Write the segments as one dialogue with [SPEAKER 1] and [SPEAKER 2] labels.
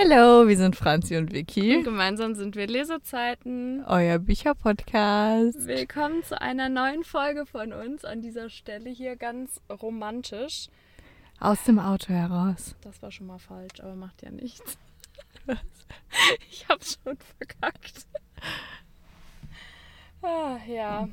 [SPEAKER 1] Hallo, wir sind Franzi und Vicky.
[SPEAKER 2] Und gemeinsam sind wir Lesezeiten.
[SPEAKER 1] Euer Bücherpodcast.
[SPEAKER 2] Willkommen zu einer neuen Folge von uns. An dieser Stelle hier ganz romantisch.
[SPEAKER 1] Aus dem Auto heraus.
[SPEAKER 2] Das war schon mal falsch, aber macht ja nichts. Ich hab's schon verkackt. Ja.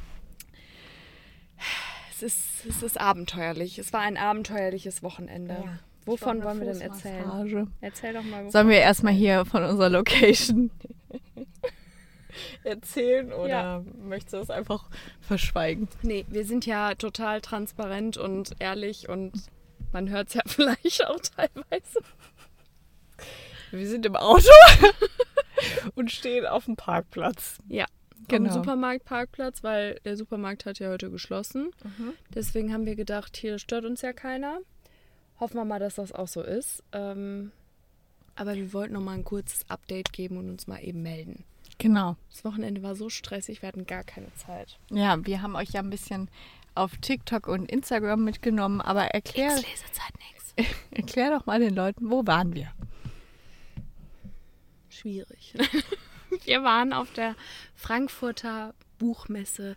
[SPEAKER 2] Es ist abenteuerlich. Es war ein abenteuerliches Wochenende. Ja. Wovon wollen wir denn erzählen? Erzähl doch mal.
[SPEAKER 1] Sollen wir erstmal hier von unserer Location erzählen oder möchtest du das einfach verschweigen?
[SPEAKER 2] Nee, wir sind ja total transparent und ehrlich und man hört es ja vielleicht auch teilweise.
[SPEAKER 1] Wir sind im Auto und stehen auf dem Parkplatz.
[SPEAKER 2] Ja, genau. Am Supermarktparkplatz, weil der Supermarkt hat ja heute geschlossen. Deswegen haben wir gedacht, hier stört uns ja keiner. Hoffen wir mal, dass das auch so ist. Aber wir wollten noch mal ein kurzes Update geben und uns mal eben melden.
[SPEAKER 1] Genau.
[SPEAKER 2] Das Wochenende war so stressig, wir hatten gar keine Zeit.
[SPEAKER 1] Ja, wir haben euch ja ein bisschen auf TikTok und Instagram mitgenommen, aber erklär doch mal den Leuten, wo waren wir?
[SPEAKER 2] Schwierig. Wir waren auf der Frankfurter Buchmesse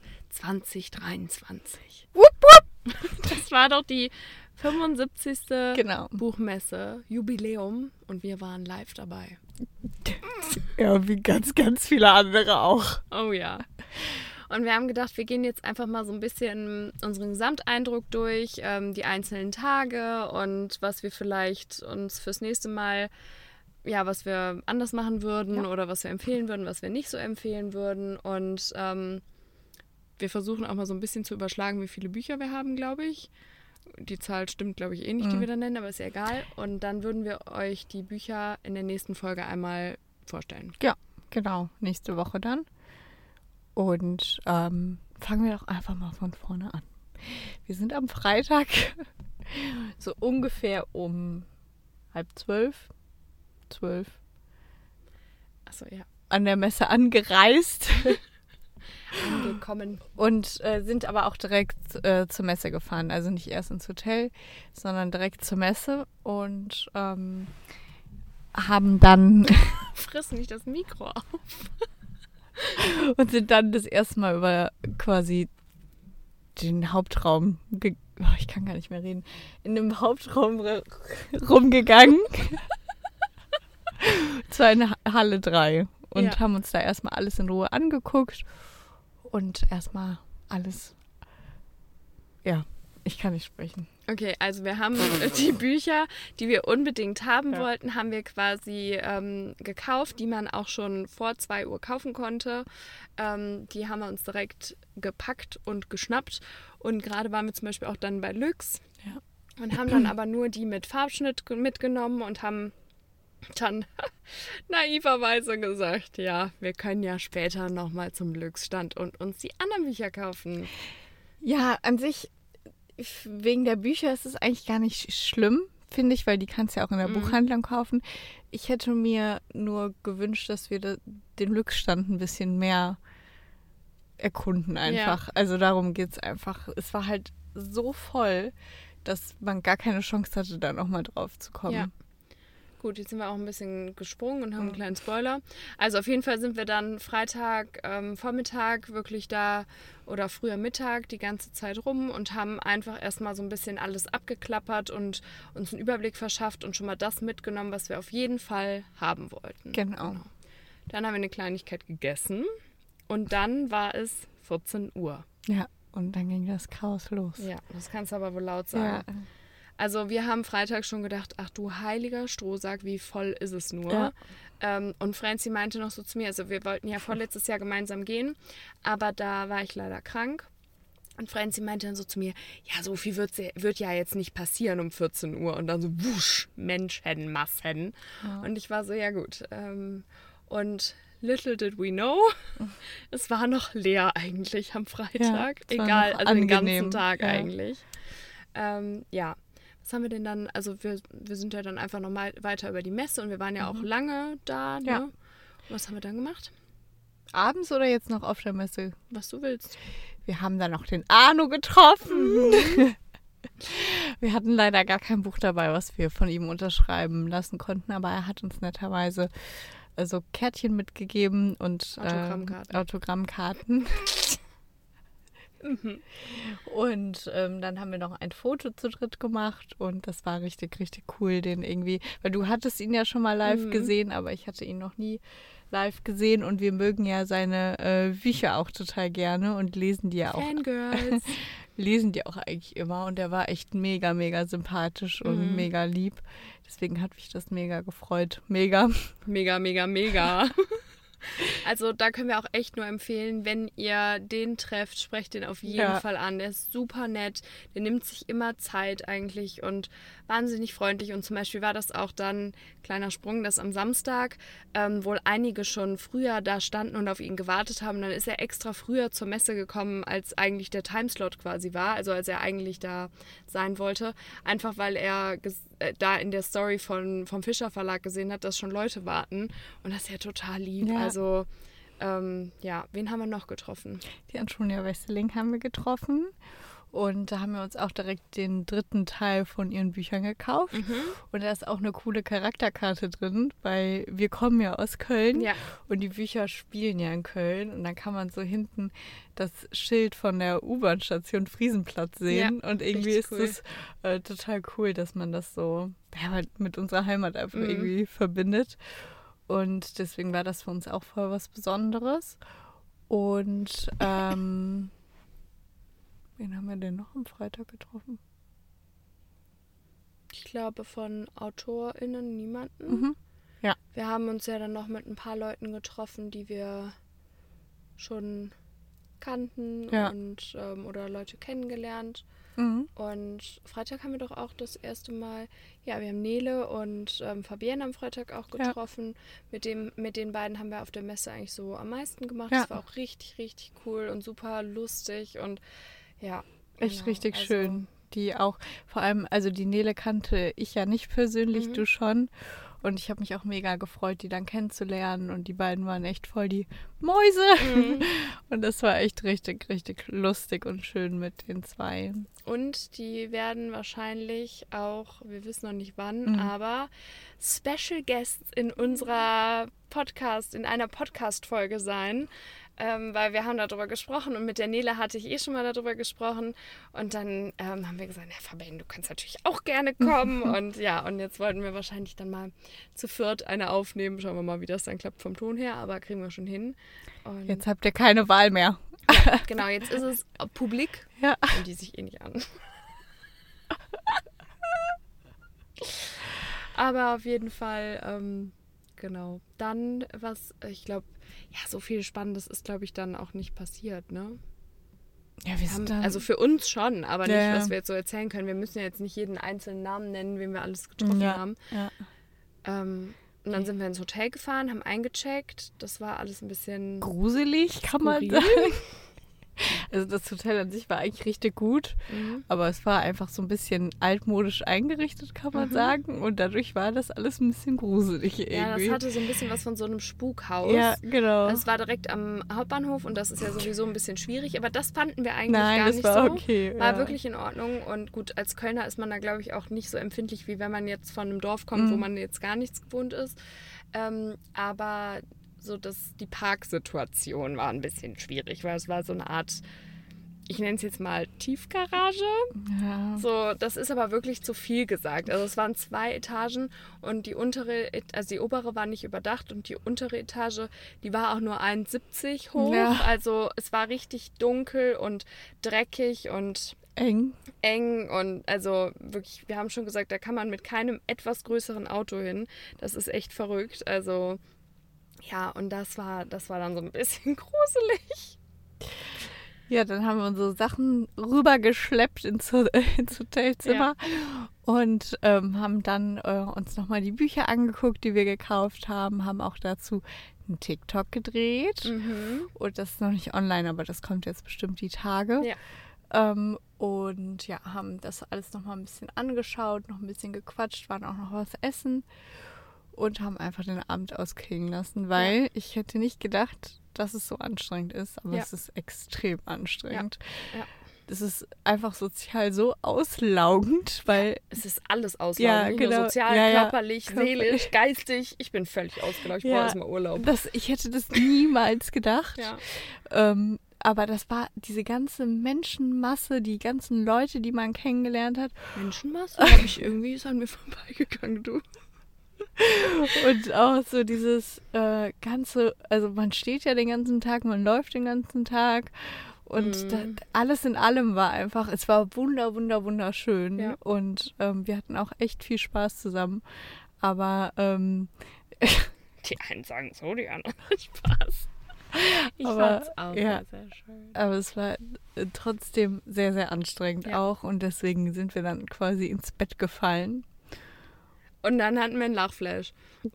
[SPEAKER 2] 2023.
[SPEAKER 1] Wupp, wupp.
[SPEAKER 2] Das war doch die 75.
[SPEAKER 1] Genau.
[SPEAKER 2] Buchmesse, Jubiläum, und wir waren live dabei.
[SPEAKER 1] Ja, wie ganz, ganz viele andere auch.
[SPEAKER 2] Oh ja. Und wir haben gedacht, wir gehen jetzt einfach mal so ein bisschen unseren Gesamteindruck durch, die einzelnen Tage und was wir vielleicht uns fürs nächste Mal, ja, was wir anders machen würden oder was wir empfehlen würden, was wir nicht so empfehlen würden. Und wir versuchen auch mal so ein bisschen zu überschlagen, wie viele Bücher wir haben, glaube ich. Die Zahl stimmt, glaube ich, eh nicht, die wir dann nennen, aber ist ja egal. Und dann würden wir euch die Bücher in der nächsten Folge einmal vorstellen.
[SPEAKER 1] Ja, genau. Nächste Woche dann. Und fangen wir doch einfach mal von vorne an. Wir sind am Freitag so ungefähr um 11:30.
[SPEAKER 2] Achso, ja.
[SPEAKER 1] An der Messe angereist.
[SPEAKER 2] Angekommen.
[SPEAKER 1] Und sind aber auch direkt zur Messe gefahren. Also nicht erst ins Hotel, sondern direkt zur Messe. Und haben dann...
[SPEAKER 2] Friss nicht das Mikro auf.
[SPEAKER 1] Und sind dann das erste Mal über quasi den Hauptraum... ich kann gar nicht mehr reden. In dem Hauptraum rumgegangen. Zwar in Halle 3. Und haben uns da erstmal alles in Ruhe angeguckt. Und erstmal alles, ich kann nicht sprechen.
[SPEAKER 2] Okay, also wir haben die Bücher, die wir unbedingt haben wollten, haben wir quasi gekauft, die man auch schon vor 2 Uhr kaufen konnte. Die haben wir uns direkt gepackt und geschnappt. Und gerade waren wir zum Beispiel auch dann bei Lüx und haben dann aber nur die mit Farbschnitt mitgenommen und haben dann naiverweise gesagt, ja, wir können ja später nochmal zum Glücksstand und uns die anderen Bücher kaufen.
[SPEAKER 1] Ja, an sich, wegen der Bücher ist es eigentlich gar nicht schlimm, finde ich, weil die kannst du ja auch in der Buchhandlung kaufen. Ich hätte mir nur gewünscht, dass wir den Glücksstand ein bisschen mehr erkunden einfach. Ja. Also darum geht es einfach. Es war halt so voll, dass man gar keine Chance hatte, da nochmal drauf zu kommen.
[SPEAKER 2] Ja. Gut, jetzt sind wir auch ein bisschen gesprungen und haben einen kleinen Spoiler. Also auf jeden Fall sind wir dann Freitag Vormittag wirklich da oder früher Mittag die ganze Zeit rum und haben einfach erstmal so ein bisschen alles abgeklappert und uns einen Überblick verschafft und schon mal das mitgenommen, was wir auf jeden Fall haben wollten.
[SPEAKER 1] Genau.
[SPEAKER 2] Dann haben wir eine Kleinigkeit gegessen und dann war es 14 Uhr.
[SPEAKER 1] Ja, und dann ging das Chaos los.
[SPEAKER 2] Ja, das kannst du aber wohl laut sagen. Ja. Also wir haben Freitag schon gedacht, ach du heiliger Strohsack, wie voll ist es nur. Ja. Und Franzi meinte noch so zu mir, also wir wollten ja vorletztes Jahr gemeinsam gehen, aber da war ich leider krank. Und Franzi meinte dann so zu mir, ja, so viel wird ja jetzt nicht passieren um 14 Uhr. Und dann so, wusch, Menschenmassen. Ja. Und ich war so, ja gut. Und little did we know, es war noch leer eigentlich am Freitag. Ja, egal, also den ganzen Tag eigentlich. Was haben wir denn dann, also wir sind ja dann einfach noch mal weiter über die Messe und wir waren ja auch lange da. Ne? Ja. Und was haben wir dann gemacht?
[SPEAKER 1] Abends oder jetzt noch auf der Messe?
[SPEAKER 2] Was du willst.
[SPEAKER 1] Wir haben dann noch den Arno getroffen. Wir hatten leider gar kein Buch dabei, was wir von ihm unterschreiben lassen konnten, aber er hat uns netterweise so Kärtchen mitgegeben und Autogrammkarten. Und dann haben wir noch ein Foto zu dritt gemacht und das war richtig, richtig cool, den irgendwie, weil du hattest ihn ja schon mal live gesehen, aber ich hatte ihn noch nie live gesehen und wir mögen ja seine Bücher auch total gerne und lesen die ja auch.
[SPEAKER 2] Fangirls.
[SPEAKER 1] Lesen die auch eigentlich immer und der war echt mega, mega sympathisch und mega lieb. Deswegen hat mich das mega gefreut. Mega.
[SPEAKER 2] Mega, mega, mega. Also da können wir auch echt nur empfehlen, wenn ihr den trefft, sprecht den auf jeden Fall an. Der ist super nett, der nimmt sich immer Zeit eigentlich und wahnsinnig freundlich. Und zum Beispiel war das auch dann, kleiner Sprung, dass am Samstag wohl einige schon früher da standen und auf ihn gewartet haben. Dann ist er extra früher zur Messe gekommen, als eigentlich der Timeslot quasi war, also als er eigentlich da sein wollte. Einfach weil er da in der Story vom Fischer Verlag gesehen hat, dass schon Leute warten. Und das ist ja total lieb.
[SPEAKER 1] Ja.
[SPEAKER 2] Also, wen haben wir noch getroffen?
[SPEAKER 1] Die Antonia Wesseling haben wir getroffen. Und da haben wir uns auch direkt den 3. Teil von ihren Büchern gekauft. Und da ist auch eine coole Charakterkarte drin, weil wir kommen ja aus Köln und die Bücher spielen ja in Köln. Und dann kann man so hinten das Schild von der U-Bahn-Station Friesenplatz sehen. Und irgendwie ist es total cool, dass man das so mit unserer Heimat einfach irgendwie verbindet. Und deswegen war das für uns auch voll was Besonderes. Und wen haben wir denn noch am Freitag getroffen?
[SPEAKER 2] Ich glaube von AutorInnen niemanden.
[SPEAKER 1] Ja.
[SPEAKER 2] Wir haben uns ja dann noch mit ein paar Leuten getroffen, die wir schon kannten und oder Leute kennengelernt. Und Freitag haben wir doch auch das erste Mal, wir haben Nele und Fabienne am Freitag auch getroffen. Mit den beiden haben wir auf der Messe eigentlich so am meisten gemacht. Das war auch richtig, richtig cool und super lustig und
[SPEAKER 1] echt richtig schön. Die auch, vor allem, also die Nele kannte ich ja nicht persönlich, du schon. Und ich habe mich auch mega gefreut, die dann kennenzulernen. Und die beiden waren echt voll die Mäuse. Und das war echt richtig, richtig lustig und schön mit den zwei.
[SPEAKER 2] Und die werden wahrscheinlich auch, wir wissen noch nicht wann, aber Special Guests in einer Podcast-Folge sein. Weil wir haben darüber gesprochen und mit der Nele hatte ich schon mal darüber gesprochen und dann haben wir gesagt, Fabienne, du kannst natürlich auch gerne kommen und und jetzt wollten wir wahrscheinlich dann mal zu viert eine aufnehmen. Schauen wir mal, wie das dann klappt vom Ton her, aber kriegen wir schon hin. Und
[SPEAKER 1] jetzt habt ihr keine Wahl mehr.
[SPEAKER 2] Ja, genau, jetzt ist es publik und die sich nicht an. Aber auf jeden Fall, genau. Dann, was ich glaube, so viel Spannendes ist, glaube ich, dann auch nicht passiert, ne?
[SPEAKER 1] Ja, wir sind dann...
[SPEAKER 2] Also für uns schon, aber nicht, was wir jetzt so erzählen können. Wir müssen ja jetzt nicht jeden einzelnen Namen nennen, wen wir alles getroffen haben. Ja. Und dann sind wir ins Hotel gefahren, haben eingecheckt. Das war alles ein bisschen...
[SPEAKER 1] gruselig, kann man sagen. Also das Hotel an sich war eigentlich richtig gut, aber es war einfach so ein bisschen altmodisch eingerichtet, kann man sagen. Und dadurch war das alles ein bisschen gruselig irgendwie.
[SPEAKER 2] Ja, das hatte so ein bisschen was von so einem Spukhaus.
[SPEAKER 1] Ja, genau.
[SPEAKER 2] Es war direkt am Hauptbahnhof und das ist ja sowieso ein bisschen schwierig, aber das fanden wir eigentlich gar nicht so.
[SPEAKER 1] Nein, das war okay.
[SPEAKER 2] War wirklich in Ordnung und gut, als Kölner ist man da, glaube ich, auch nicht so empfindlich, wie wenn man jetzt von einem Dorf kommt, wo man jetzt gar nichts gewohnt ist. Aber so, die Parksituation war ein bisschen schwierig, weil es war so eine Art, ich nenne es jetzt mal Tiefgarage. Ja. So, das ist aber wirklich zu viel gesagt. Also es waren 2 Etagen und die obere war nicht überdacht und die untere Etage, die war auch nur 1,70 hoch. Ja. Also es war richtig dunkel und dreckig und eng und also wirklich, wir haben schon gesagt, da kann man mit keinem etwas größeren Auto hin. Das ist echt verrückt. Also ja, und das war dann so ein bisschen gruselig.
[SPEAKER 1] Ja, dann haben wir unsere Sachen rübergeschleppt ins Hotelzimmer und haben dann uns nochmal die Bücher angeguckt, die wir gekauft haben auch dazu einen TikTok gedreht. Und das ist noch nicht online, aber das kommt jetzt bestimmt die Tage. Ja. Und haben das alles nochmal ein bisschen angeschaut, noch ein bisschen gequatscht, waren auch noch was essen. Und haben einfach den Abend ausklingen lassen, weil ich hätte nicht gedacht, dass es so anstrengend ist. Aber es ist extrem anstrengend. das ist einfach sozial so auslaugend, weil...
[SPEAKER 2] Es ist alles auslaugend, nicht nur sozial, körperlich, seelisch, geistig. Ich bin völlig ausgelaugt, ich brauche erstmal Urlaub.
[SPEAKER 1] Ich hätte das niemals gedacht. Aber das war diese ganze Menschenmasse, die ganzen Leute, die man kennengelernt hat.
[SPEAKER 2] Menschenmasse? Ist an mir vorbeigegangen, du.
[SPEAKER 1] Und auch so dieses ganze, also man steht ja den ganzen Tag, man läuft den ganzen Tag und alles in allem war einfach, es war wunderschön. Ja. Und wir hatten auch echt viel Spaß zusammen. Aber
[SPEAKER 2] die einen sagen so, die anderen Spaß. Ich fand's auch sehr schön.
[SPEAKER 1] Aber es war trotzdem sehr, sehr anstrengend auch und deswegen sind wir dann quasi ins Bett gefallen.
[SPEAKER 2] Und dann hatten wir einen Lachflash.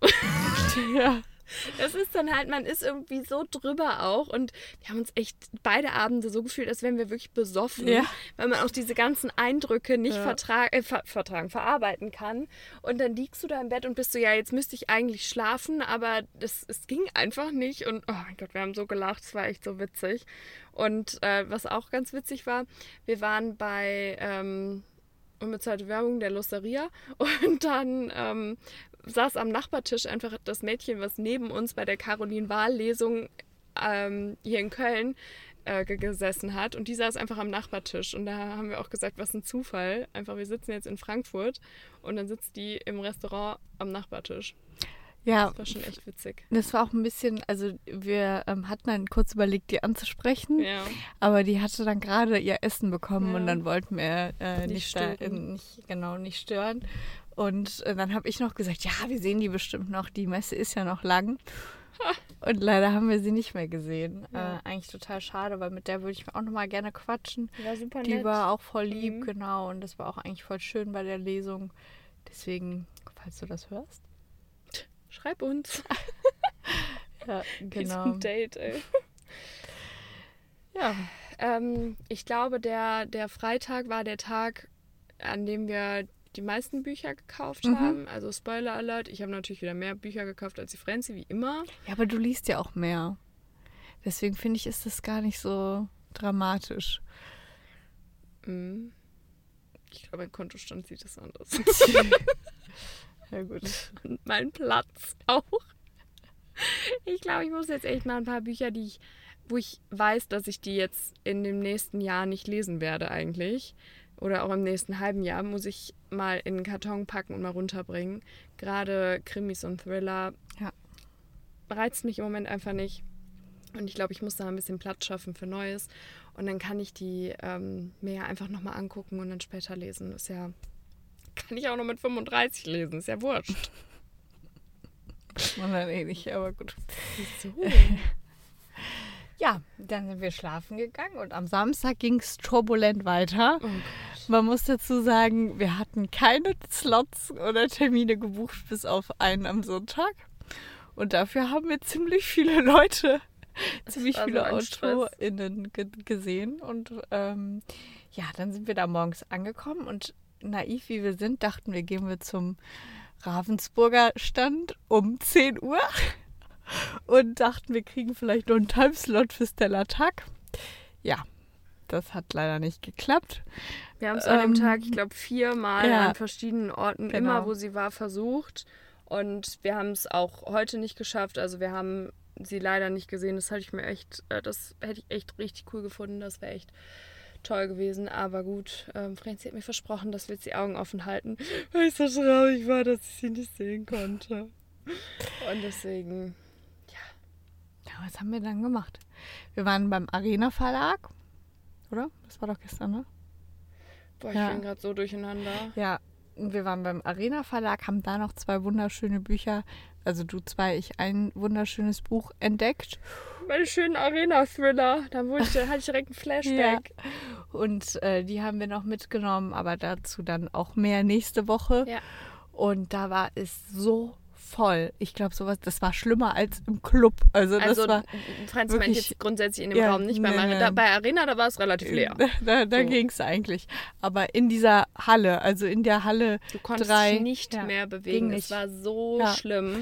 [SPEAKER 1] Ja.
[SPEAKER 2] Das ist dann halt, man ist irgendwie so drüber auch und wir haben uns echt beide Abende so gefühlt, als wären wir wirklich besoffen, weil man auch diese ganzen Eindrücke nicht verarbeiten kann. Und dann liegst du da im Bett und bist so, ja, jetzt müsste ich eigentlich schlafen, aber es ging einfach nicht und oh mein Gott, wir haben so gelacht, es war echt so witzig. Und was auch ganz witzig war, wir waren bei unbezahlte Werbung der Losteria und dann saß am Nachbartisch einfach das Mädchen, was neben uns bei der Caroline-Wahl-Lesung hier in Köln gesessen hat. Und die saß einfach am Nachbartisch. Und da haben wir auch gesagt, was ein Zufall. Einfach, wir sitzen jetzt in Frankfurt und dann sitzt die im Restaurant am Nachbartisch.
[SPEAKER 1] Ja.
[SPEAKER 2] Das war schon echt witzig.
[SPEAKER 1] Das war auch ein bisschen, also wir hatten dann kurz überlegt, die anzusprechen. Ja. Aber die hatte dann gerade ihr Essen bekommen und dann wollten wir nicht stören. Und dann habe ich noch gesagt, ja, wir sehen die bestimmt noch, die Messe ist ja noch lang. Und leider haben wir sie nicht mehr gesehen. Ja. Eigentlich total schade, weil mit der würde ich auch nochmal gerne quatschen.
[SPEAKER 2] Ja, super nett.
[SPEAKER 1] Die war auch voll lieb, genau. Und das war auch eigentlich voll schön bei der Lesung. Deswegen, falls du das hörst.
[SPEAKER 2] Schreib uns.
[SPEAKER 1] Ja, genau.
[SPEAKER 2] Wie so ein Date, ey. Ja. Ich glaube, der Freitag war der Tag, an dem wir die meisten Bücher gekauft haben. Also Spoiler Alert, ich habe natürlich wieder mehr Bücher gekauft als die Frenzy, wie immer.
[SPEAKER 1] Ja, aber du liest ja auch mehr. Deswegen finde ich, ist das gar nicht so dramatisch.
[SPEAKER 2] Ich glaube, mein Kontostand sieht das anders.
[SPEAKER 1] Ja, gut.
[SPEAKER 2] Und mein Platz auch. Ich glaube, ich muss jetzt echt mal ein paar Bücher, wo ich weiß, dass ich die jetzt in dem nächsten Jahr nicht lesen werde eigentlich. Oder auch im nächsten halben Jahr muss ich mal in einen Karton packen und mal runterbringen. Gerade Krimis und Thriller reizt mich im Moment einfach nicht. Und ich glaube, ich muss da ein bisschen Platz schaffen für Neues. Und dann kann ich die mir ja einfach nochmal angucken und dann später lesen. Ist ja, kann ich auch noch mit 35 lesen, ist ja wurscht.
[SPEAKER 1] Man dann eh nicht, aber gut.
[SPEAKER 2] Wieso?
[SPEAKER 1] Ja, dann sind wir schlafen gegangen und am Samstag ging es turbulent weiter. Oh, man muss dazu sagen, wir hatten keine Slots oder Termine gebucht, bis auf einen am Sonntag. Und dafür haben wir ziemlich viele Leute, ziemlich viele AutorInnen gesehen. Und dann sind wir da morgens angekommen und naiv wie wir sind, dachten wir, gehen wir zum Ravensburger Stand um 10 Uhr. Und dachten, wir kriegen vielleicht noch einen Timeslot für Stella Tag. Ja, das hat leider nicht geklappt.
[SPEAKER 2] Wir haben es an dem Tag, ich glaube, 4-mal an verschiedenen Orten, immer wo sie war, versucht. Und wir haben es auch heute nicht geschafft. Also wir haben sie leider nicht gesehen. Das hätte ich echt richtig cool gefunden. Das wäre echt toll gewesen. Aber gut, Franzi hat mir versprochen, dass wir jetzt die Augen offen halten, weil ich so traurig war, dass ich sie nicht sehen konnte. Und deswegen...
[SPEAKER 1] Ja, was haben wir dann gemacht? Wir waren beim Arena Verlag, oder? Das war doch gestern, ne?
[SPEAKER 2] Boah, ich bin gerade so durcheinander.
[SPEAKER 1] Ja, wir waren beim Arena Verlag, haben da noch 2 wunderschöne Bücher, also du 2, ich ein wunderschönes Buch entdeckt.
[SPEAKER 2] Meine schönen Arena-Thriller, da hatte ich direkt ein Flashback.
[SPEAKER 1] Ja. Und die haben wir noch mitgenommen, aber dazu dann auch mehr nächste Woche. Ja. Und da war es so voll. Ich glaube, das war schlimmer als im Club. Also das war
[SPEAKER 2] Franz meint jetzt grundsätzlich in dem Raum nicht. Bei Arena, da war es relativ leer.
[SPEAKER 1] Da ging es eigentlich. Aber in dieser Halle, also in der Halle 3.
[SPEAKER 2] Du konntest dich nicht mehr bewegen. Es war so schlimm.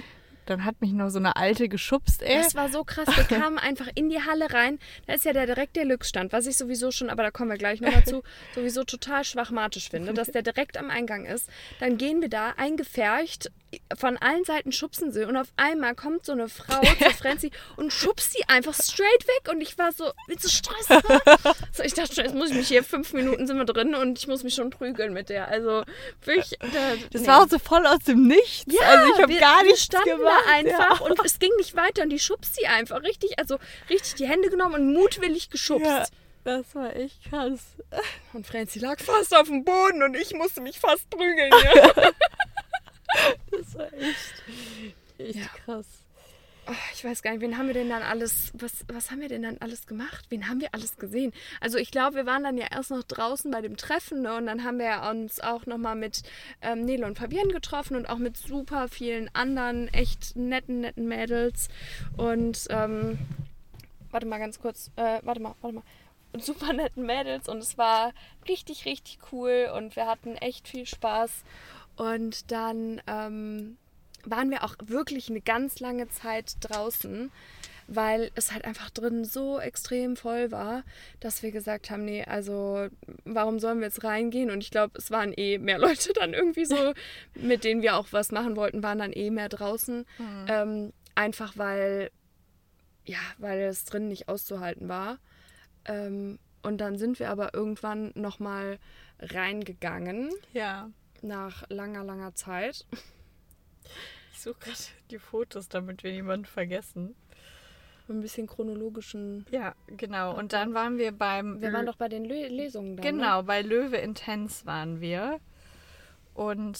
[SPEAKER 1] dann hat mich noch so eine Alte geschubst, ey.
[SPEAKER 2] Das war so krass. Wir kamen einfach in die Halle rein. Da ist ja der direkt Deluxe-Stand, was ich sowieso schon, aber da kommen wir gleich noch dazu, sowieso total schwachmatisch finde, dass der direkt am Eingang ist. Dann gehen wir da, eingepfercht, von allen Seiten schubsen sie und auf einmal kommt so eine Frau zu Franzi und schubst sie einfach straight weg und ich war so, willst du Stress haben? So, ich dachte schon, jetzt muss ich mich hier 5 Minuten sind wir drin und ich muss mich schon prügeln mit der. Also wirklich.
[SPEAKER 1] Das war auch so voll aus dem Nichts.
[SPEAKER 2] Ja,
[SPEAKER 1] also ich habe gar nichts
[SPEAKER 2] gemacht. Wir standen da einfach und es ging nicht weiter und die schubst sie einfach richtig die Hände genommen und mutwillig geschubst.
[SPEAKER 1] Ja, das war echt krass.
[SPEAKER 2] Und Franzi lag fast auf dem Boden und ich musste mich fast prügeln. Ja.
[SPEAKER 1] Das war echt krass.
[SPEAKER 2] Oh, ich weiß gar nicht, wen haben wir denn dann alles, was haben wir denn dann alles gemacht? Wen haben wir alles gesehen? Also ich glaube, wir waren dann ja erst noch draußen bei dem Treffen, ne? Und dann haben wir uns auch nochmal mit Nele und Fabienne getroffen und auch mit super vielen anderen echt netten Mädels. Und warte mal ganz kurz, warte mal. Und super netten Mädels und es war richtig, richtig cool und wir hatten echt viel Spaß. Und dann waren wir auch wirklich eine ganz lange Zeit draußen, weil es halt einfach drin so extrem voll war, dass wir gesagt haben, nee, also warum sollen wir jetzt reingehen? Und ich glaube, es waren mehr Leute dann irgendwie so, mit denen wir auch was machen wollten, waren dann mehr draußen. Einfach weil es drin nicht auszuhalten war. Und dann sind wir aber irgendwann nochmal reingegangen.
[SPEAKER 1] Ja.
[SPEAKER 2] Nach langer Zeit.
[SPEAKER 1] Ich suche gerade die Fotos, damit wir niemanden vergessen.
[SPEAKER 2] Ein bisschen chronologischen...
[SPEAKER 1] Ja, genau. Und dann waren wir
[SPEAKER 2] Wir waren doch bei den Lesungen da,
[SPEAKER 1] genau,
[SPEAKER 2] ne?
[SPEAKER 1] bei Löwe Intens waren wir. Und,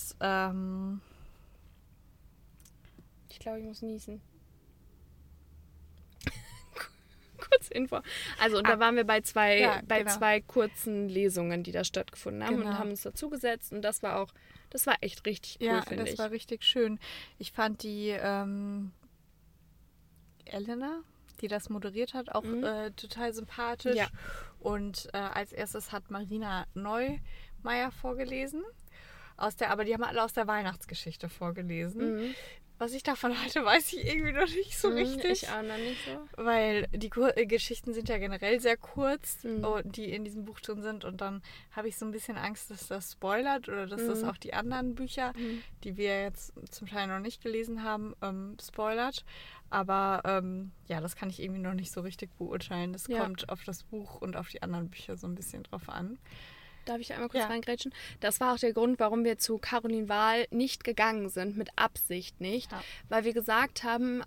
[SPEAKER 2] ich glaube, ich muss niesen. Kurze Info. Also, und da waren wir bei zwei kurzen Lesungen, die da stattgefunden haben und haben uns dazugesetzt. Und das war echt richtig cool, finde ich.
[SPEAKER 1] Ja, das war richtig schön. Ich fand die Elena, die das moderiert hat, auch total sympathisch. Ja. Und als erstes hat Marina Neumeier vorgelesen. Aber die haben alle aus der Weihnachtsgeschichte vorgelesen. Was ich davon halte, weiß ich irgendwie noch nicht so richtig.
[SPEAKER 2] Ich auch noch nicht so.
[SPEAKER 1] Weil die Geschichten sind ja generell sehr kurz, die in diesem Buch drin sind. Und dann habe ich so ein bisschen Angst, dass das spoilert oder dass das auch die anderen Bücher, die wir jetzt zum Teil noch nicht gelesen haben, spoilert. Aber das kann ich irgendwie noch nicht so richtig beurteilen. Das kommt auf das Buch und auf die anderen Bücher so ein bisschen drauf an.
[SPEAKER 2] Darf ich einmal kurz reingrätschen? Das war auch der Grund, warum wir zu Caroline Wahl nicht gegangen sind, mit Absicht nicht. Ja. Weil wir gesagt haben,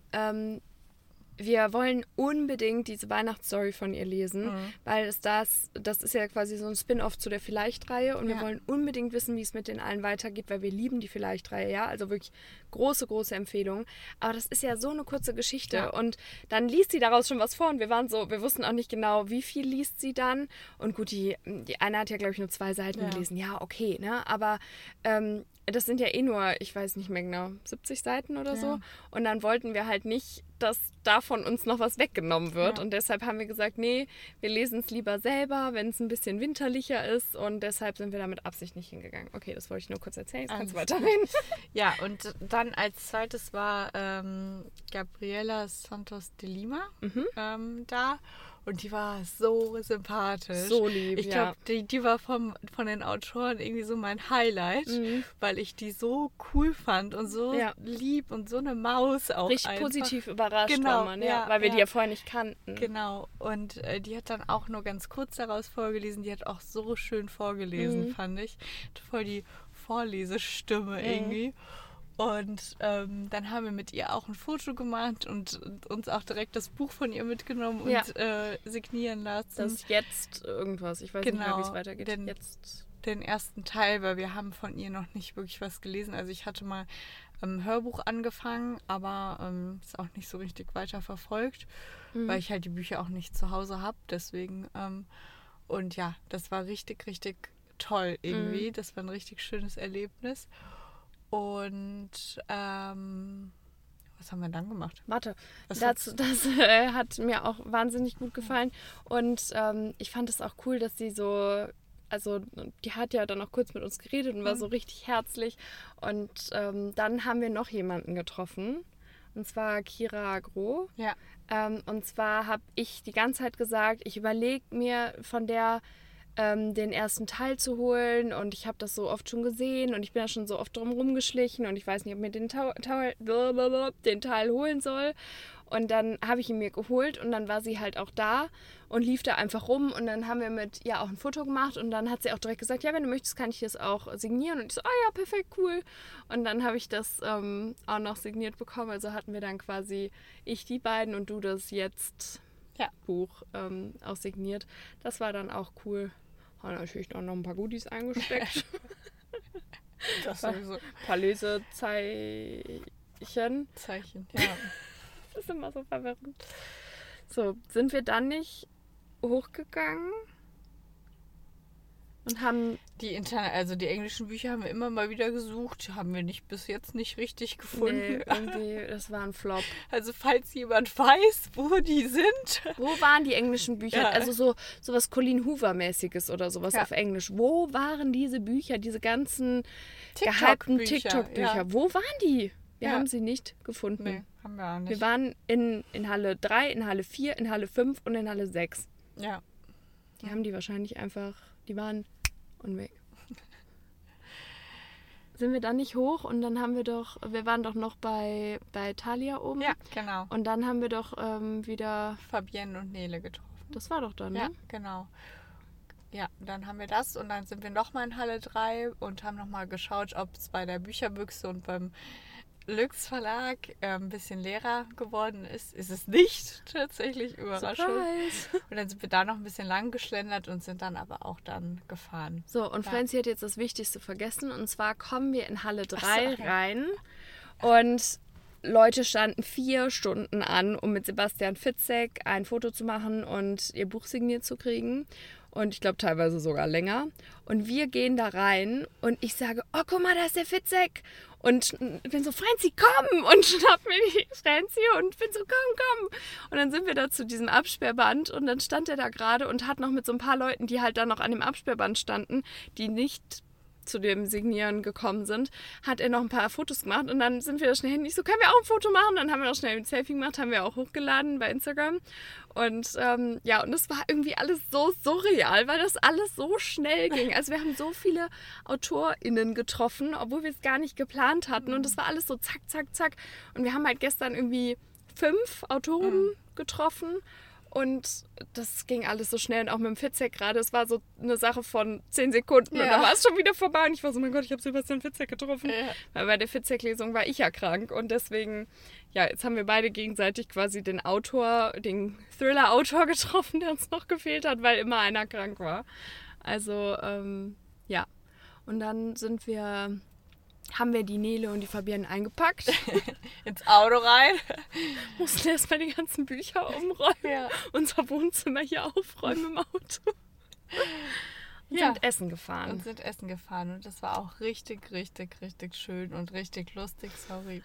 [SPEAKER 2] wir wollen unbedingt diese Weihnachtsstory von ihr lesen, weil das ist ja quasi so ein Spin-off zu der Vielleicht-Reihe und wir wollen unbedingt wissen, wie es mit den allen weitergeht, weil wir lieben die Vielleicht-Reihe, ja, also wirklich große Empfehlung. Aber das ist ja so eine kurze Geschichte und dann liest sie daraus schon was vor und wir wussten auch nicht genau, wie viel liest sie dann und gut, die eine hat ja, glaube ich, nur 2 Seiten gelesen, ja, okay, ne, aber das sind ja nur, ich weiß nicht mehr genau, 70 Seiten oder so und dann wollten wir halt nicht, dass davon uns noch was weggenommen wird. Und deshalb haben wir gesagt, nee, wir lesen es lieber selber, wenn es ein bisschen winterlicher ist. Und deshalb sind wir da mit Absicht nicht hingegangen. Okay, das wollte ich nur kurz erzählen. Jetzt kannst du weiterreden.
[SPEAKER 1] Ja, und dann als zweites war Gabriela Santos de Lima da. Und die war so sympathisch.
[SPEAKER 2] So lieb,
[SPEAKER 1] ich glaube, die war von den Autoren irgendwie so mein Highlight, weil ich die so cool fand und so lieb und so eine Maus auch
[SPEAKER 2] richtig einfach. Positiv überrascht war man, weil wir die ja vorher nicht kannten.
[SPEAKER 1] Genau, und die hat dann auch nur ganz kurz daraus vorgelesen. Die hat auch so schön vorgelesen, fand ich. Voll die Vorlesestimme irgendwie. Und dann haben wir mit ihr auch ein Foto gemacht und uns auch direkt das Buch von ihr mitgenommen und signieren lassen.
[SPEAKER 2] Das ist jetzt irgendwas. Ich weiß nicht mehr, wie es weitergeht.
[SPEAKER 1] Den ersten Teil, weil wir haben von ihr noch nicht wirklich was gelesen. Also ich hatte mal Hörbuch angefangen, aber ist auch nicht so richtig weiter verfolgt, weil ich halt die Bücher auch nicht zu Hause habe. Deswegen, und ja, das war richtig, richtig toll irgendwie. Das war ein richtig schönes Erlebnis. Und was haben wir dann gemacht?
[SPEAKER 2] Warte, das hat mir auch wahnsinnig gut gefallen. Und ich fand es auch cool, dass sie so, also die hat ja dann auch kurz mit uns geredet und war so richtig herzlich. Und dann haben wir noch jemanden getroffen. Und zwar Kira Groh.
[SPEAKER 1] Ja.
[SPEAKER 2] Und zwar habe ich die ganze Zeit gesagt, ich überlege mir von der den ersten Teil zu holen und ich habe das so oft schon gesehen und ich bin da schon so oft drum rumgeschlichen und ich weiß nicht, ob mir den Teil holen soll. Und dann habe ich ihn mir geholt und dann war sie halt auch da und lief da einfach rum und dann haben wir mit ihr auch ein Foto gemacht und dann hat sie auch direkt gesagt, ja, wenn du möchtest, kann ich das auch signieren. Und ich so, ja, perfekt, cool. Und dann habe ich das auch noch signiert bekommen. Also hatten wir dann quasi ich die beiden und du das jetzt Buch auch signiert. Das war dann auch cool. Haben natürlich auch noch ein paar Goodies eingesteckt.
[SPEAKER 1] Das sowieso.
[SPEAKER 2] Ein paar Lesezeichen.
[SPEAKER 1] Zeichen, ja.
[SPEAKER 2] Das ist immer so verwirrend. So, sind wir dann nicht hochgegangen und haben
[SPEAKER 1] Die englischen Bücher haben wir immer mal wieder gesucht, haben wir bis jetzt nicht richtig gefunden.
[SPEAKER 2] Nee, irgendwie, das war ein Flop.
[SPEAKER 1] Also falls jemand weiß, wo die sind.
[SPEAKER 2] Wo waren die englischen Bücher?
[SPEAKER 1] Ja.
[SPEAKER 2] Also sowas Colleen Hoover-mäßiges oder sowas auf Englisch. Wo waren diese Bücher, diese ganzen gehypten TikTok-Bücher?
[SPEAKER 1] Ja.
[SPEAKER 2] Wo waren die? Wir haben sie nicht gefunden.
[SPEAKER 1] Nee, haben wir auch nicht.
[SPEAKER 2] Wir waren in Halle 3, in Halle 4, in Halle 5 und in Halle 6.
[SPEAKER 1] Ja.
[SPEAKER 2] Die haben die wahrscheinlich einfach, die waren unweg. Sind wir dann nicht hoch und dann haben wir waren doch noch bei Thalia oben.
[SPEAKER 1] Ja, genau.
[SPEAKER 2] Und dann haben wir doch wieder
[SPEAKER 1] Fabienne und Nele getroffen.
[SPEAKER 2] Das war doch dann, ne?
[SPEAKER 1] Ja, genau. Ja, dann haben wir das und dann sind wir nochmal in Halle 3 und haben nochmal geschaut, ob es bei der Bücherbüchse und beim Lüx Verlag ein bisschen leerer geworden ist. Ist es nicht, tatsächlich, Überraschung.
[SPEAKER 2] Surprise.
[SPEAKER 1] Und dann sind wir da noch ein bisschen lang geschlendert und sind dann aber auch dann gefahren.
[SPEAKER 2] So, und Franzi hat jetzt das Wichtigste vergessen und zwar kommen wir in Halle 3 rein und Leute standen 4 Stunden an, um mit Sebastian Fitzek ein Foto zu machen und ihr Buch signiert zu kriegen. Und ich glaube teilweise sogar länger. Und wir gehen da rein und ich sage, oh, guck mal, da ist der Fitzek. Und bin so, Franzi, komm! Und schnapp mir die Franzi und bin so, komm. Und dann sind wir da zu diesem Absperrband und dann stand er da gerade und hat noch mit so ein paar Leuten, die halt da noch an dem Absperrband standen, die nicht zu dem Signieren gekommen sind, hat er noch ein paar Fotos gemacht und dann sind wir da schnell hin. Ich so, können wir auch ein Foto machen? Dann haben wir noch schnell ein Selfie gemacht, haben wir auch hochgeladen bei Instagram. Und und das war irgendwie alles so surreal, weil das alles so schnell ging. Also wir haben so viele AutorInnen getroffen, obwohl wir es gar nicht geplant hatten und das war alles so zack, zack, zack. Und wir haben halt gestern irgendwie 5 Autoren getroffen. Und das ging alles so schnell und auch mit dem Fitzek gerade. Es war so eine Sache von 10 Sekunden und dann war es schon wieder vorbei. Und ich war so, mein Gott, ich habe Sebastian Fitzek getroffen. Ja. Weil bei der Fitzek-Lesung war ich ja krank. Und deswegen, jetzt haben wir beide gegenseitig quasi den Thriller-Autor getroffen, der uns noch gefehlt hat, weil immer einer krank war. Also, Und dann haben wir die Nele und die Fabienne eingepackt.
[SPEAKER 1] Ins Auto rein.
[SPEAKER 2] Mussten erstmal die ganzen Bücher umräumen. Ja. Unser Wohnzimmer hier aufräumen im Auto. Und sind Essen gefahren.
[SPEAKER 1] Und das war auch richtig, richtig, richtig schön und richtig lustig. Sorry.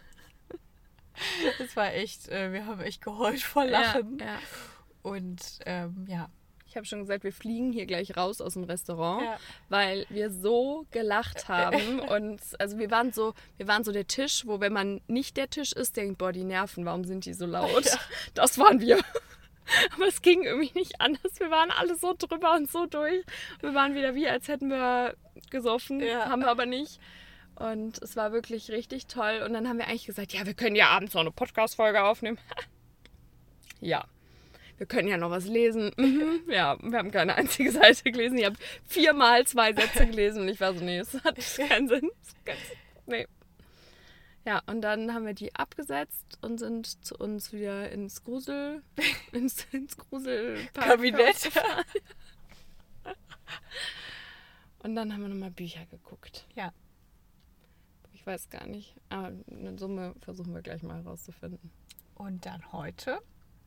[SPEAKER 1] Es war echt, wir haben echt geheult vor Lachen.
[SPEAKER 2] Ja.
[SPEAKER 1] Und
[SPEAKER 2] Ich habe schon gesagt, wir fliegen hier gleich raus aus dem Restaurant, weil wir so gelacht haben. Und also wir waren so der Tisch, wo, wenn man nicht der Tisch ist, denkt, boah, die Nerven, warum sind die so laut? Ja. Das waren wir. Aber es ging irgendwie nicht anders. Wir waren alle so drüber und so durch. Wir waren wieder wie, als hätten wir gesoffen, haben wir aber nicht. Und es war wirklich richtig toll. Und dann haben wir eigentlich gesagt, wir können ja abends noch eine Podcast-Folge aufnehmen. Ja. Wir können ja noch was lesen. Ja, wir haben keine einzige Seite gelesen. Ich habe 4-mal 2 Sätze gelesen und ich war so, nee, es hat keinen Sinn. Nee. Ja, und dann haben wir die abgesetzt und sind zu uns wieder ins
[SPEAKER 1] Gruselkabinett.
[SPEAKER 2] Und dann haben wir nochmal Bücher geguckt.
[SPEAKER 1] Ja.
[SPEAKER 2] Ich weiß gar nicht. Aber in Summe versuchen wir gleich mal herauszufinden.
[SPEAKER 1] Und dann heute?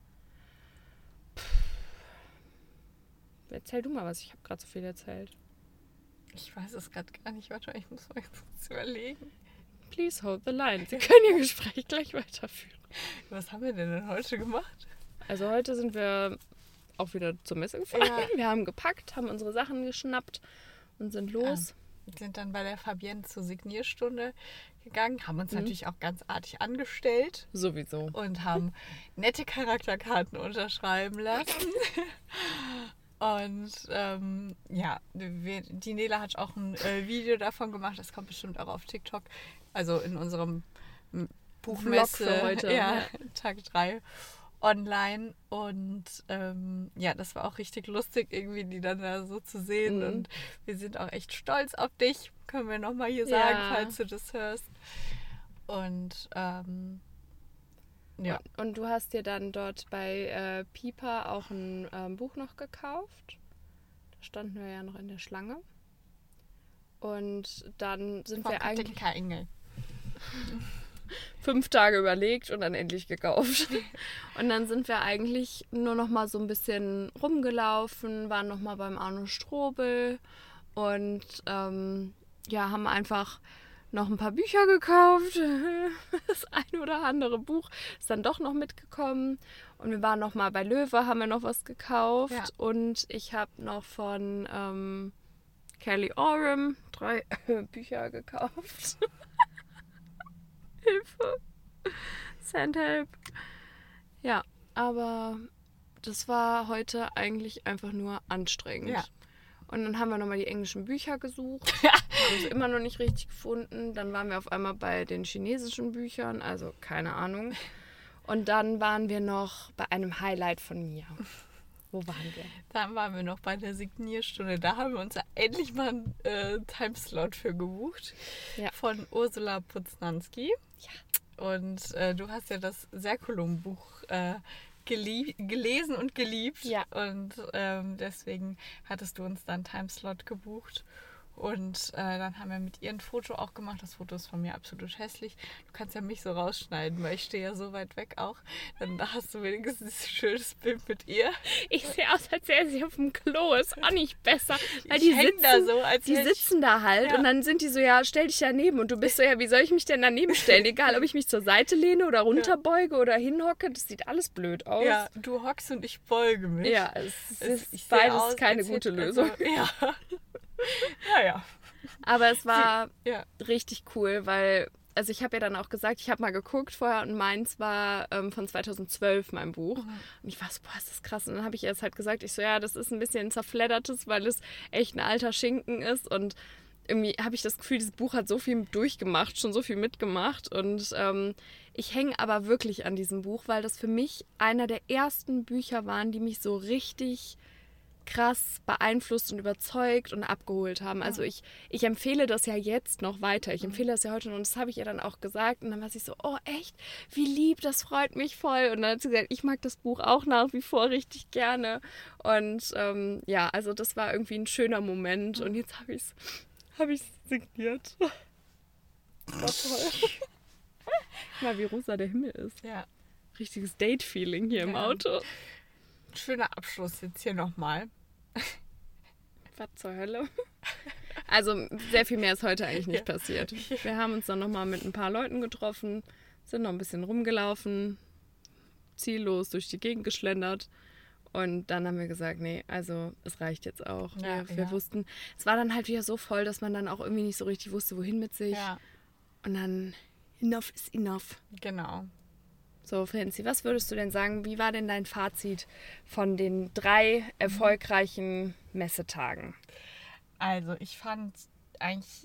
[SPEAKER 2] Erzähl du mal was, ich habe gerade so viel erzählt.
[SPEAKER 1] Ich weiß es gerade gar nicht, warte, ich muss mal kurz überlegen.
[SPEAKER 2] Please hold the line. Sie können Ihr Gespräch gleich weiterführen.
[SPEAKER 1] Was haben wir denn heute gemacht?
[SPEAKER 2] Also heute sind wir auch wieder zur Messe gefahren. Ja. Wir haben gepackt, haben unsere Sachen geschnappt und sind los.
[SPEAKER 1] Sind dann bei der Fabienne zur Signierstunde gegangen, haben uns natürlich auch ganz artig angestellt.
[SPEAKER 2] Sowieso.
[SPEAKER 1] Und haben nette Charakterkarten unterschreiben lassen. Und die Nele hat auch ein Video davon gemacht, das kommt bestimmt auch auf TikTok, also in unserem Buchmesse
[SPEAKER 2] für heute.
[SPEAKER 1] Ja, Tag 3 online. Und das war auch richtig lustig, irgendwie die dann da so zu sehen. Und wir sind auch echt stolz auf dich, können wir nochmal hier sagen, falls du das hörst. Und
[SPEAKER 2] Und du hast dir dann dort bei Pipa auch ein Buch noch gekauft. Da standen wir ja noch in der Schlange. Und dann sind wir eigentlich
[SPEAKER 1] Katinka Engel.
[SPEAKER 2] 5 Tage überlegt und dann endlich gekauft. Und dann sind wir eigentlich nur noch mal so ein bisschen rumgelaufen, waren noch mal beim Arno Strobel und haben einfach noch ein paar Bücher gekauft. Das eine oder andere Buch ist dann doch noch mitgekommen. Und wir waren noch mal bei Löwe, haben wir noch was gekauft. Ja. Und ich habe noch von Kelly Oram 3 Bücher gekauft. Hilfe. Send help. Ja, aber das war heute eigentlich einfach nur anstrengend. Ja. Und dann haben wir nochmal die englischen Bücher gesucht. Haben sie immer noch nicht richtig gefunden. Dann waren wir auf einmal bei den chinesischen Büchern. Also keine Ahnung. Und dann waren wir noch bei einem Highlight von mir. Wo waren wir?
[SPEAKER 1] Dann waren wir noch bei der Signierstunde. Da haben wir uns ja endlich mal einen Timeslot für gebucht. Ja. Von Ursula Poznanski. Ja. Und du hast ja das Serkulum-Buch gelesen und geliebt. Ja. Und deswegen hattest du uns dann einen Timeslot gebucht. Und dann haben wir mit ihr ein Foto auch gemacht. Das Foto ist von mir absolut hässlich. Du kannst ja mich so rausschneiden, weil ich stehe ja so weit weg auch. Dann hast du wenigstens ein schönes Bild mit ihr.
[SPEAKER 2] Ich sehe aus, als wäre sie auf dem Klo. Ist auch nicht besser. Weil
[SPEAKER 1] die sitzen da so,
[SPEAKER 2] sitzen da halt und dann sind die so, ja, stell dich daneben. Und du bist so, ja, wie soll ich mich denn daneben stellen? Egal, ob ich mich zur Seite lehne oder runterbeuge oder hinhocke. Das sieht alles blöd aus.
[SPEAKER 1] Ja, du hockst und ich beuge mich.
[SPEAKER 2] Ja, es ist beides keine gute Lösung.
[SPEAKER 1] Also, ja. Ja.
[SPEAKER 2] Aber es war richtig cool, weil, also ich habe ja dann auch gesagt, ich habe mal geguckt vorher und meins war von 2012 mein Buch. Mhm. Und ich war so, boah, ist das krass. Und dann habe ich erst halt gesagt, ich so, ja, das ist ein bisschen zerfleddertes, weil es echt ein alter Schinken ist. Und irgendwie habe ich das Gefühl, dieses Buch hat so viel durchgemacht, schon so viel mitgemacht. Und ich hänge aber wirklich an diesem Buch, weil das für mich einer der ersten Bücher waren, die mich so richtig krass beeinflusst und überzeugt und abgeholt haben. Also ich empfehle das ja jetzt noch weiter. Ich empfehle das ja heute noch und das habe ich ihr dann auch gesagt. Und dann war sie so, oh echt, wie lieb, das freut mich voll. Und dann hat sie gesagt, ich mag das Buch auch nach wie vor richtig gerne. Und also das war irgendwie ein schöner Moment. Und jetzt habe ich es signiert. Das war toll. Mal wie rosa der Himmel ist.
[SPEAKER 1] Ja.
[SPEAKER 2] Richtiges Date-Feeling hier im Auto.
[SPEAKER 1] Schöner Abschluss jetzt hier nochmal.
[SPEAKER 2] Was zur Hölle? Also sehr viel mehr ist heute eigentlich nicht passiert. Wir haben uns dann nochmal mit ein paar Leuten getroffen, sind noch ein bisschen rumgelaufen, ziellos durch die Gegend geschlendert und dann haben wir gesagt, nee, also es reicht jetzt auch.
[SPEAKER 1] Ja,
[SPEAKER 2] wir wussten, es war dann halt wieder so voll, dass man dann auch irgendwie nicht so richtig wusste, wohin mit sich. Ja. Und dann enough is enough.
[SPEAKER 1] Genau.
[SPEAKER 2] So, Franzi, was würdest du denn sagen, wie war denn dein Fazit von den 3 erfolgreichen Messetagen?
[SPEAKER 1] Also, ich fand eigentlich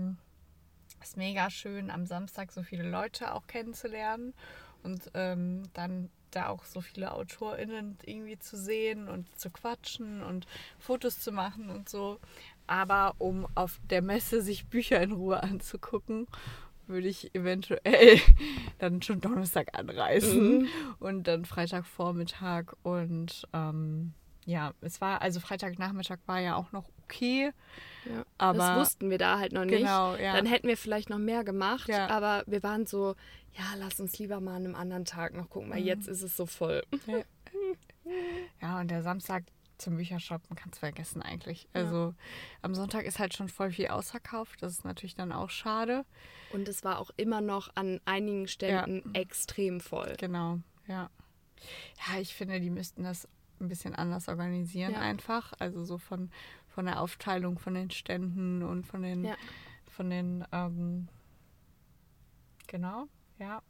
[SPEAKER 1] es mega schön, am Samstag so viele Leute auch kennenzulernen und dann da auch so viele AutorInnen irgendwie zu sehen und zu quatschen und Fotos zu machen und so. Aber um auf der Messe sich Bücher in Ruhe anzugucken, würde ich eventuell dann schon Donnerstag anreisen und dann Freitagvormittag und es war, also Freitagnachmittag war ja auch noch okay.
[SPEAKER 2] Ja, aber das wussten wir da halt noch nicht.
[SPEAKER 1] Genau, ja.
[SPEAKER 2] Dann hätten wir vielleicht noch mehr gemacht, aber wir waren so, ja, lass uns lieber mal an einem anderen Tag noch gucken, weil jetzt ist es so voll.
[SPEAKER 1] Ja, und der Samstag zum Büchershoppen kannst du vergessen eigentlich. Also am Sonntag ist halt schon voll viel ausverkauft. Das ist natürlich dann auch schade.
[SPEAKER 2] Und es war auch immer noch an einigen Ständen extrem voll.
[SPEAKER 1] Genau, ja. Ja, ich finde, die müssten das ein bisschen anders organisieren einfach. Also so von der Aufteilung von den Ständen und von den Genau, ja.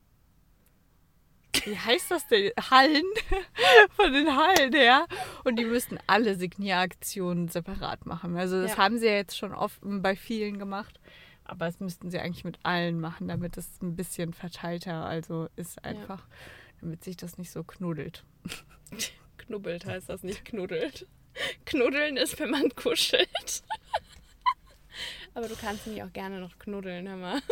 [SPEAKER 1] Wie heißt das denn? Hallen? Von den Hallen her. Und die müssten alle Signieraktionen separat machen. Also das haben sie ja jetzt schon oft bei vielen gemacht. Aber das müssten sie eigentlich mit allen machen, damit es ein bisschen verteilter also ist einfach, damit sich das nicht so knuddelt.
[SPEAKER 2] Knubbelt heißt das, nicht knuddelt. Knuddeln ist, wenn man kuschelt. Aber du kannst mich auch gerne noch knuddeln, hör mal.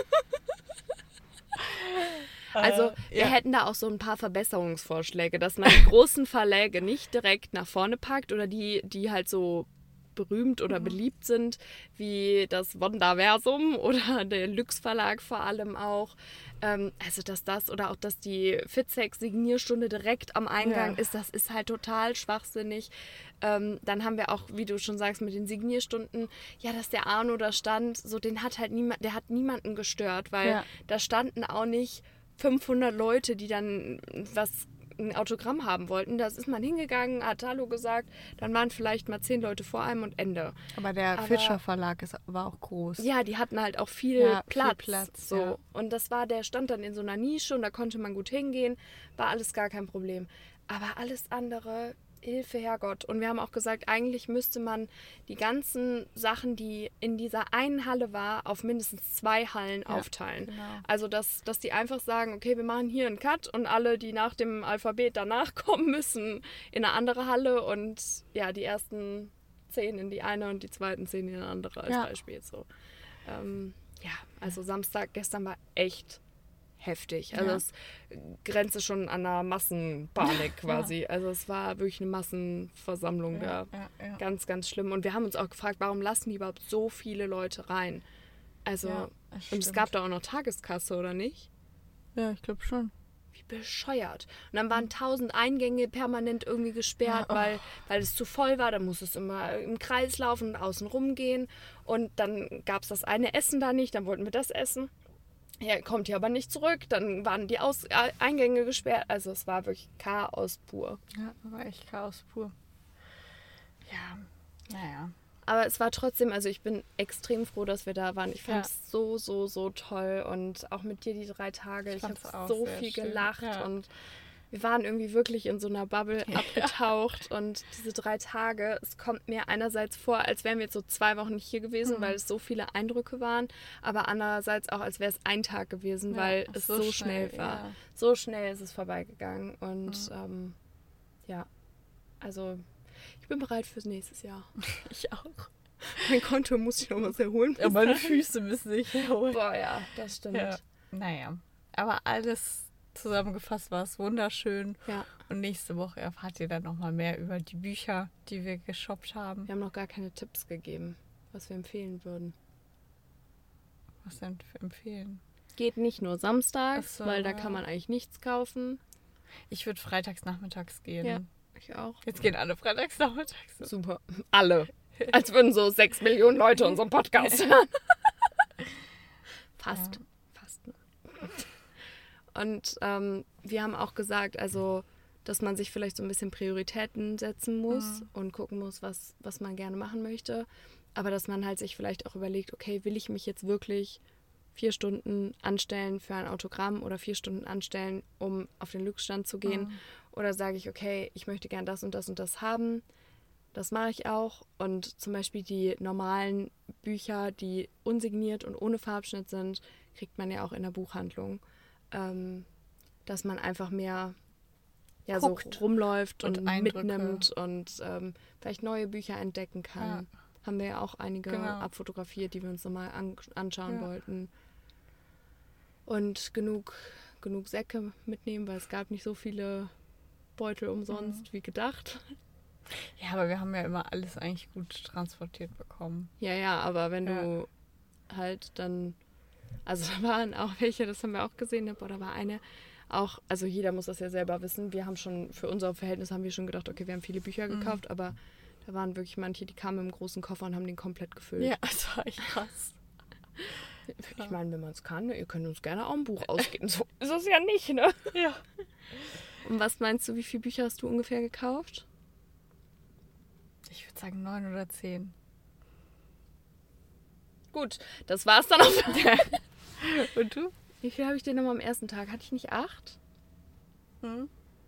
[SPEAKER 2] Also wir hätten da auch so ein paar Verbesserungsvorschläge, dass man die großen Verläge nicht direkt nach vorne packt oder die halt so berühmt oder beliebt sind, wie das Wondaversum oder der Lüx Verlag vor allem auch. Also dass das oder auch, dass die Fitzek-Signierstunde direkt am Eingang ist, das ist halt total schwachsinnig. Dann haben wir auch, wie du schon sagst, mit den Signierstunden, ja, dass der Arno da stand, so den hat halt der hat niemanden gestört, weil da standen auch nicht 500 Leute, die dann ein Autogramm haben wollten. Da ist man hingegangen, hat Hallo gesagt, dann waren vielleicht mal 10 Leute vor einem und Ende.
[SPEAKER 1] Aber der Fischer Verlag war auch groß.
[SPEAKER 2] Ja, die hatten halt auch viel Platz.
[SPEAKER 1] Viel Platz
[SPEAKER 2] so. Ja. Und der stand dann in so einer Nische und da konnte man gut hingehen. War alles gar kein Problem. Aber alles andere, Hilfe, Herrgott. Und wir haben auch gesagt, eigentlich müsste man die ganzen Sachen, die in dieser einen Halle war, auf mindestens 2 Hallen aufteilen. Genau. Also, dass die einfach sagen, okay, wir machen hier einen Cut und alle, die nach dem Alphabet danach kommen, müssen in eine andere Halle und ja, die ersten 10 in die eine und die zweiten 10 in eine andere als Beispiel. So. Also Samstag, gestern war echt heftig. Also es grenzte schon an einer Massenpanik quasi. Also es war wirklich eine Massenversammlung da. Ja. Ganz, ganz schlimm. Und wir haben uns auch gefragt, warum lassen die überhaupt so viele Leute rein? Also, und es gab da auch noch Tageskasse, oder nicht?
[SPEAKER 1] Ja, ich glaube schon.
[SPEAKER 2] Wie bescheuert. Und dann waren 1000 Eingänge permanent irgendwie gesperrt, weil es zu voll war. Dann musste es immer im Kreis laufen und außen rum gehen. Und dann gab es das eine Essen da nicht, dann wollten wir das essen. Ja, kommt hier aber nicht zurück. Dann waren die Eingänge gesperrt. Also es war wirklich Chaos pur.
[SPEAKER 1] Ja, war echt Chaos pur. Ja, naja.
[SPEAKER 2] Aber es war trotzdem, also ich bin extrem froh, dass wir da waren. Ich fand es so, so, so toll. Und auch mit dir die 3 Tage. Ich habe so viel gelacht. Ja. Und wir waren irgendwie wirklich in so einer Bubble abgetaucht. Und diese 3 Tage, es kommt mir einerseits vor, als wären wir jetzt so 2 Wochen nicht hier gewesen, weil es so viele Eindrücke waren. Aber andererseits auch, als wäre es ein Tag gewesen, weil es so schnell war. Ja. So schnell ist es vorbeigegangen. Und also ich bin bereit fürs nächste Jahr.
[SPEAKER 1] Ich auch.
[SPEAKER 2] Mein Konto muss ich noch was erholen.
[SPEAKER 1] Ja, meine Füße müssen sich erholen.
[SPEAKER 2] Boah, ja, das stimmt. Ja.
[SPEAKER 1] Naja, aber alles zusammengefasst war es wunderschön.
[SPEAKER 2] Ja.
[SPEAKER 1] Und nächste Woche erfahrt ihr dann nochmal mehr über die Bücher, die wir geshoppt haben.
[SPEAKER 2] Wir haben noch gar keine Tipps gegeben, was wir empfehlen würden.
[SPEAKER 1] Was denn für empfehlen?
[SPEAKER 2] Geht nicht nur samstags, weil da kann man eigentlich nichts kaufen.
[SPEAKER 1] Ich würde freitags nachmittags gehen.
[SPEAKER 2] Ja, ich auch.
[SPEAKER 1] Jetzt gehen alle freitags nachmittags.
[SPEAKER 2] Super. Alle. Als würden so 6 Millionen Leute unseren Podcast hören. Fast. Und wir haben auch gesagt, also, dass man sich vielleicht so ein bisschen Prioritäten setzen muss und gucken muss, was man gerne machen möchte. Aber dass man halt sich vielleicht auch überlegt, okay, will ich mich jetzt wirklich 4 Stunden anstellen für ein Autogramm oder 4 Stunden anstellen, um auf den Lux-Stand zu gehen? Oder sage ich, okay, ich möchte gern das und das und das haben. Das mache ich auch. Und zum Beispiel die normalen Bücher, die unsigniert und ohne Farbschnitt sind, kriegt man ja auch in der Buchhandlung. Dass man einfach mehr so rumläuft und mitnimmt und vielleicht neue Bücher entdecken kann. Ja. Haben wir ja auch einige abfotografiert, die wir uns nochmal anschauen wollten. Und genug Säcke mitnehmen, weil es gab nicht so viele Beutel umsonst wie gedacht.
[SPEAKER 1] Ja, aber wir haben ja immer alles eigentlich gut transportiert bekommen.
[SPEAKER 2] Ja, aber wenn du halt dann... Also da waren auch welche, das haben wir auch gesehen, aber da war eine auch, also jeder muss das ja selber wissen. Wir haben schon, für unser Verhältnis haben wir schon gedacht, okay, wir haben viele Bücher gekauft, aber da waren wirklich manche, die kamen im großen Koffer und haben den komplett gefüllt.
[SPEAKER 1] Ja, das war echt krass.
[SPEAKER 2] Ich meine, wenn man es kann, ihr könnt uns gerne auch ein Buch ausgeben. So ist es ja nicht, ne?
[SPEAKER 1] Ja.
[SPEAKER 2] Und was meinst du, wie viele Bücher hast du ungefähr gekauft?
[SPEAKER 1] Ich würde sagen 9 oder 10.
[SPEAKER 2] Gut, das war's dann auch.
[SPEAKER 1] Und du?
[SPEAKER 2] Wie viel habe ich denn nochmal am ersten Tag? Hatte ich nicht 8?
[SPEAKER 1] Hm?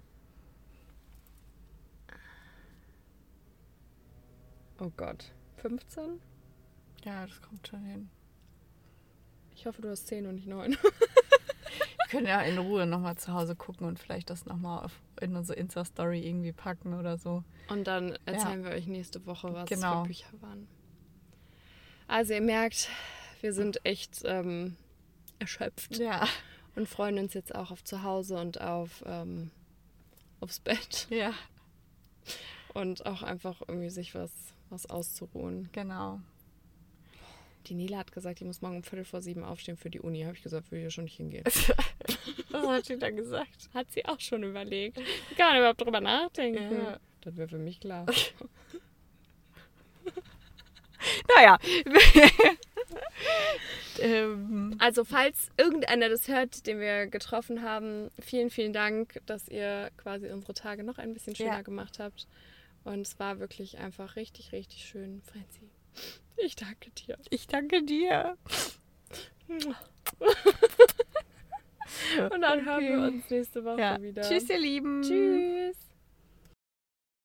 [SPEAKER 2] Oh Gott. 15?
[SPEAKER 1] Ja, das kommt schon hin.
[SPEAKER 2] Ich hoffe, du hast 10 und nicht 9.
[SPEAKER 1] Wir können ja in Ruhe nochmal zu Hause gucken und vielleicht das nochmal in unsere Insta-Story irgendwie packen oder so.
[SPEAKER 2] Und dann erzählen wir euch nächste Woche, was
[SPEAKER 1] Genau.
[SPEAKER 2] für Bücher waren. Also ihr merkt, wir sind echt erschöpft.
[SPEAKER 1] Ja.
[SPEAKER 2] Und freuen uns jetzt auch auf zu Hause und aufs Bett.
[SPEAKER 1] Ja.
[SPEAKER 2] Und auch einfach irgendwie sich was auszuruhen.
[SPEAKER 1] Genau.
[SPEAKER 2] Die Nele hat gesagt, die muss morgen um 6:45 aufstehen für die Uni. Habe ich gesagt, will ich ja schon nicht hingehen.
[SPEAKER 1] Was hat sie da gesagt?
[SPEAKER 2] Hat sie auch schon überlegt. Wie kann man überhaupt drüber nachdenken?
[SPEAKER 1] Ja.
[SPEAKER 2] Das wäre für mich klar.
[SPEAKER 1] Naja.
[SPEAKER 2] Also falls irgendeiner das hört, den wir getroffen haben, vielen, vielen Dank, dass ihr quasi unsere Tage noch ein bisschen schöner gemacht habt. Und es war wirklich einfach richtig, richtig schön. Franzi, ich danke dir.
[SPEAKER 1] Ich danke dir.
[SPEAKER 2] Und dann hören wir uns nächste Woche wieder.
[SPEAKER 1] Tschüss, ihr Lieben.
[SPEAKER 2] Tschüss.